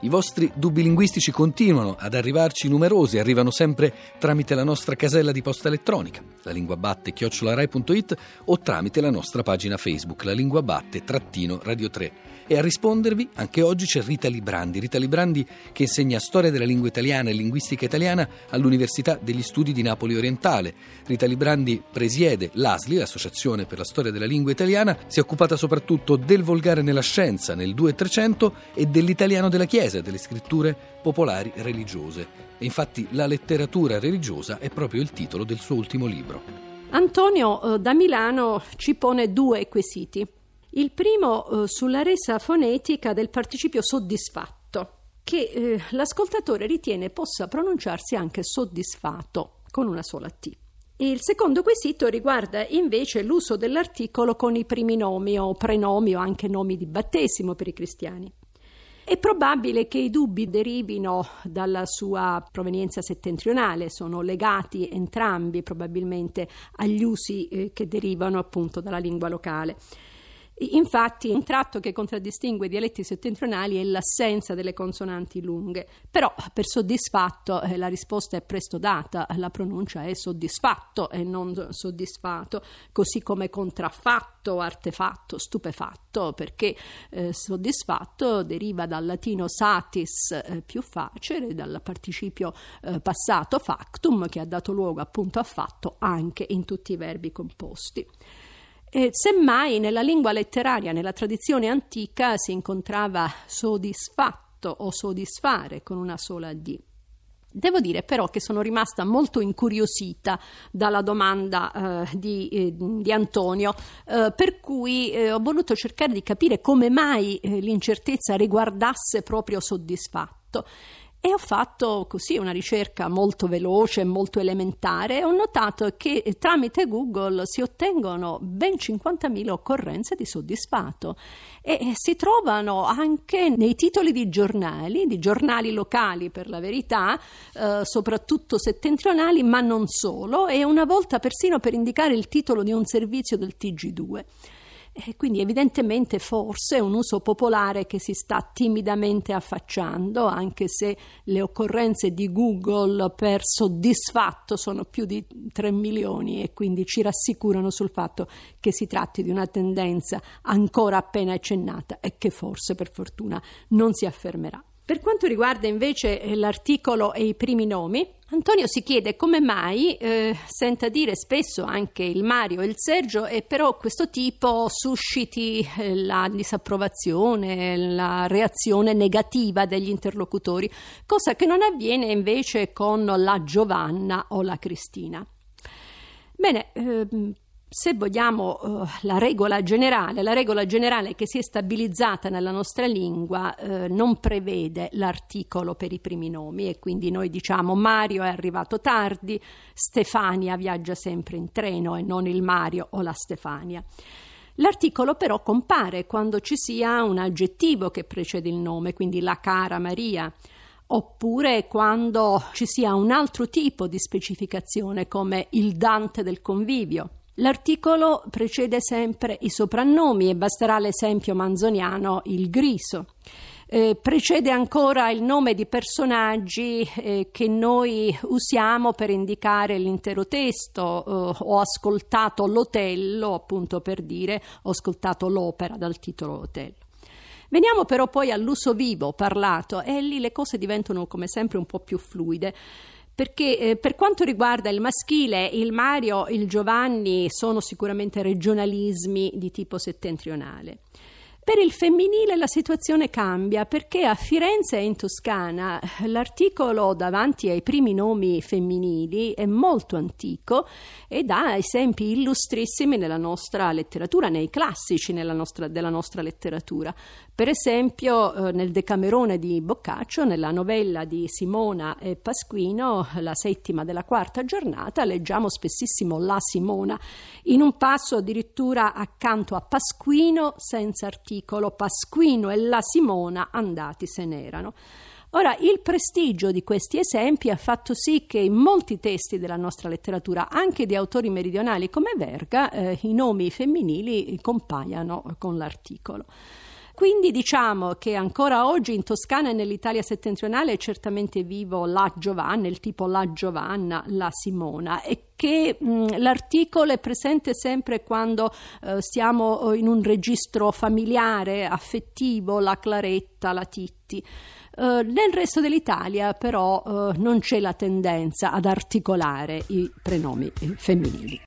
I vostri dubbi linguistici continuano ad arrivarci numerosi, arrivano sempre tramite la nostra casella di posta elettronica, lalinguabatte@rai.it, o tramite la nostra pagina Facebook, La Lingua Batte -Radio 3. E a rispondervi anche oggi c'è Rita Librandi che insegna storia della lingua italiana e linguistica italiana all'Università degli Studi di Napoli Orientale. Rita Librandi presiede l'ASLI, l'Associazione per la Storia della Lingua Italiana, si è occupata soprattutto del volgare nella scienza nel 200-300 e dell'italiano della Chiesa e delle scritture popolari religiose. E infatti la letteratura religiosa è proprio il titolo del suo ultimo libro. Antonio da Milano ci pone 2 quesiti. Il primo sulla resa fonetica del participio soddisfatto, che l'ascoltatore ritiene possa pronunciarsi anche soddisfato con una sola T. E il secondo quesito riguarda invece l'uso dell'articolo con i primi nomi o prenomi o anche nomi di battesimo per i cristiani. È probabile che i dubbi derivino dalla sua provenienza settentrionale, sono legati entrambi probabilmente agli usi che derivano appunto dalla lingua locale. Infatti, un tratto che contraddistingue i dialetti settentrionali è l'assenza delle consonanti lunghe. Però, per soddisfatto, la risposta è presto data, la pronuncia è soddisfatto e non soddisfato, così come contraffatto, artefatto, stupefatto, perché soddisfatto deriva dal latino satis, più facile, dal participio passato factum, che ha dato luogo appunto a fatto anche in tutti i verbi composti. Semmai nella lingua letteraria, nella tradizione antica, si incontrava sodisfatto o soddisfare con una sola D. Devo dire però che sono rimasta molto incuriosita dalla domanda di Antonio, per cui ho voluto cercare di capire come mai l'incertezza riguardasse proprio soddisfatto. E ho fatto così una ricerca molto veloce, molto elementare, e ho notato che tramite Google si ottengono ben 50.000 occorrenze di soddisfatto e si trovano anche nei titoli di giornali locali per la verità, soprattutto settentrionali, ma non solo, e una volta persino per indicare il titolo di un servizio del TG2. E quindi evidentemente forse è un uso popolare che si sta timidamente affacciando, anche se le occorrenze di Google per soddisfatto sono più di 3 milioni e quindi ci rassicurano sul fatto che si tratti di una tendenza ancora appena accennata e che forse per fortuna non si affermerà. Per quanto riguarda invece l'articolo e i primi nomi, Antonio si chiede come mai senta dire spesso anche il Mario e il Sergio e però questo tipo susciti la disapprovazione, la reazione negativa degli interlocutori, cosa che non avviene invece con la Giovanna o la Cristina. Bene, se vogliamo la regola generale che si è stabilizzata nella nostra lingua non prevede l'articolo per i primi nomi e quindi noi diciamo Mario è arrivato tardi, Stefania viaggia sempre in treno e non il Mario o la Stefania. L'articolo però compare quando ci sia un aggettivo che precede il nome, quindi la cara Maria, oppure quando ci sia un altro tipo di specificazione come il Dante del convivio. L'articolo precede sempre i soprannomi e basterà l'esempio manzoniano il Griso. Precede ancora il nome di personaggi che noi usiamo per indicare l'intero testo. Ho ascoltato l'Otello, appunto per dire ho ascoltato l'opera dal titolo Otello. Veniamo però poi all'uso vivo, parlato, e lì le cose diventano come sempre un po' più fluide. Perché per quanto riguarda il maschile, il Mario, il Giovanni sono sicuramente regionalismi di tipo settentrionale. Per il femminile la situazione cambia perché a Firenze e in Toscana l'articolo davanti ai primi nomi femminili è molto antico e dà esempi illustrissimi nella nostra letteratura, nei classici della nostra letteratura. Per esempio nel Decamerone di Boccaccio, nella novella di Simona e Pasquino, la 7ª della 4ª giornata, leggiamo spessissimo la Simona, in un passo addirittura accanto a Pasquino senza articolo. Pasquino e la Simona andati se n'erano. Ora, il prestigio di questi esempi ha fatto sì che in molti testi della nostra letteratura, anche di autori meridionali come Verga, i nomi femminili compaiano con l'articolo. quindi diciamo che ancora oggi in Toscana e nell'Italia settentrionale è certamente vivo la Giovanna, il tipo la Giovanna, la Simona, e che l'articolo è presente sempre quando stiamo in un registro familiare, affettivo, la Claretta, la Titti. Nel resto dell'Italia però non c'è la tendenza ad articolare i prenomi femminili.